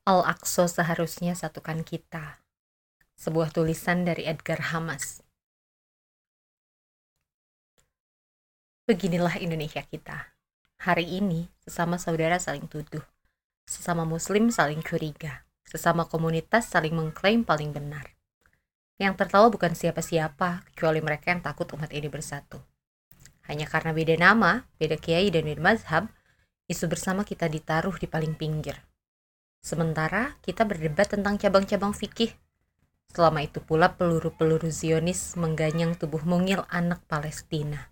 Al-Aqsa seharusnya satukan kita. Sebuah tulisan dari Edgar Hamas. Beginilah Indonesia kita. Hari ini, sesama saudara saling tuduh. Sesama muslim saling curiga. Sesama komunitas saling mengklaim paling benar. Yang tertawa bukan siapa-siapa, kecuali mereka yang takut umat ini bersatu. Hanya karena beda nama, beda kiai dan beda mazhab, isu bersama kita ditaruh di paling pinggir. Sementara kita berdebat tentang cabang-cabang fikih. Selama itu pula peluru-peluru Zionis mengganyang tubuh mungil anak Palestina.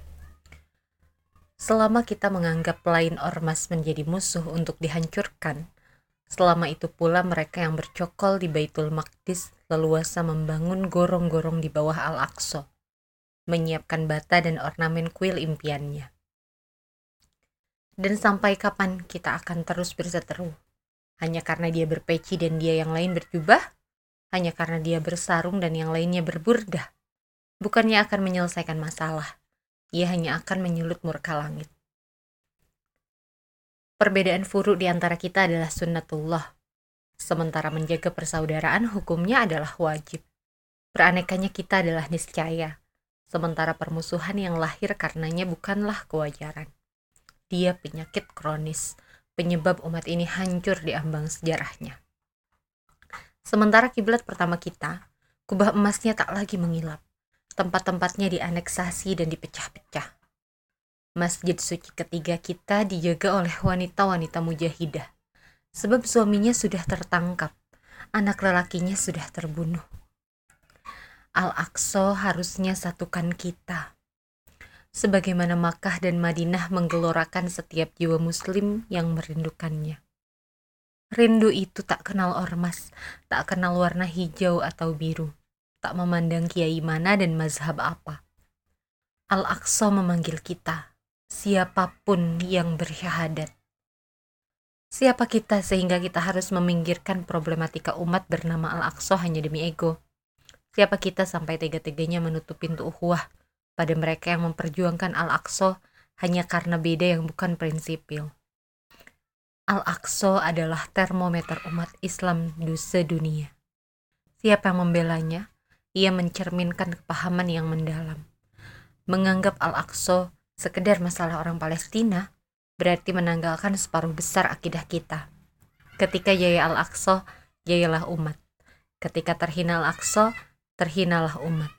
Selama kita menganggap lain ormas menjadi musuh untuk dihancurkan, selama itu pula mereka yang bercokol di Baitul Maqdis leluasa membangun gorong-gorong di bawah Al-Aqsa, menyiapkan bata dan ornamen kuil impiannya. Dan sampai kapan kita akan terus berseteru? Hanya karena dia berpeci dan dia yang lain berjubah? Hanya karena dia bersarung dan yang lainnya berburdah? Bukannya akan menyelesaikan masalah, ia hanya akan menyulut murka langit. Perbedaan furu di antara kita adalah sunnatullah, sementara menjaga persaudaraan hukumnya adalah wajib. Beranekanya kita adalah niscaya, sementara permusuhan yang lahir karenanya bukanlah kewajaran. Dia penyakit kronis, penyebab umat ini hancur di ambang sejarahnya. Sementara kiblat pertama kita, kubah emasnya tak lagi mengilap. Tempat-tempatnya dianeksasi dan dipecah-pecah. Masjid suci ketiga kita dijaga oleh wanita-wanita mujahidah. Sebab suaminya sudah tertangkap, anak lelakinya sudah terbunuh. Al-Aqsa harusnya satukan kita. Sebagaimana Makkah dan Madinah menggelorakan setiap jiwa muslim yang merindukannya. Rindu itu tak kenal ormas, tak kenal warna hijau atau biru, tak memandang kiai mana dan mazhab apa. Al-Aqsa memanggil kita, siapapun yang bersyahadat. Siapa kita sehingga kita harus meminggirkan problematika umat bernama Al-Aqsa hanya demi ego? Siapa kita sampai tega-teganya menutup pintu ukhuwah pada mereka yang memperjuangkan Al-Aqsa hanya karena beda yang bukan prinsipil? Al-Aqsa adalah termometer umat Islam di sedunia. Siapa yang membelanya, ia mencerminkan kepahaman yang mendalam. Menganggap Al-Aqsa sekedar masalah orang Palestina berarti menanggalkan separuh besar akidah kita. Ketika jaya Al-Aqsa, jayalah umat. Ketika terhina Al-Aqsa, terhinalah umat.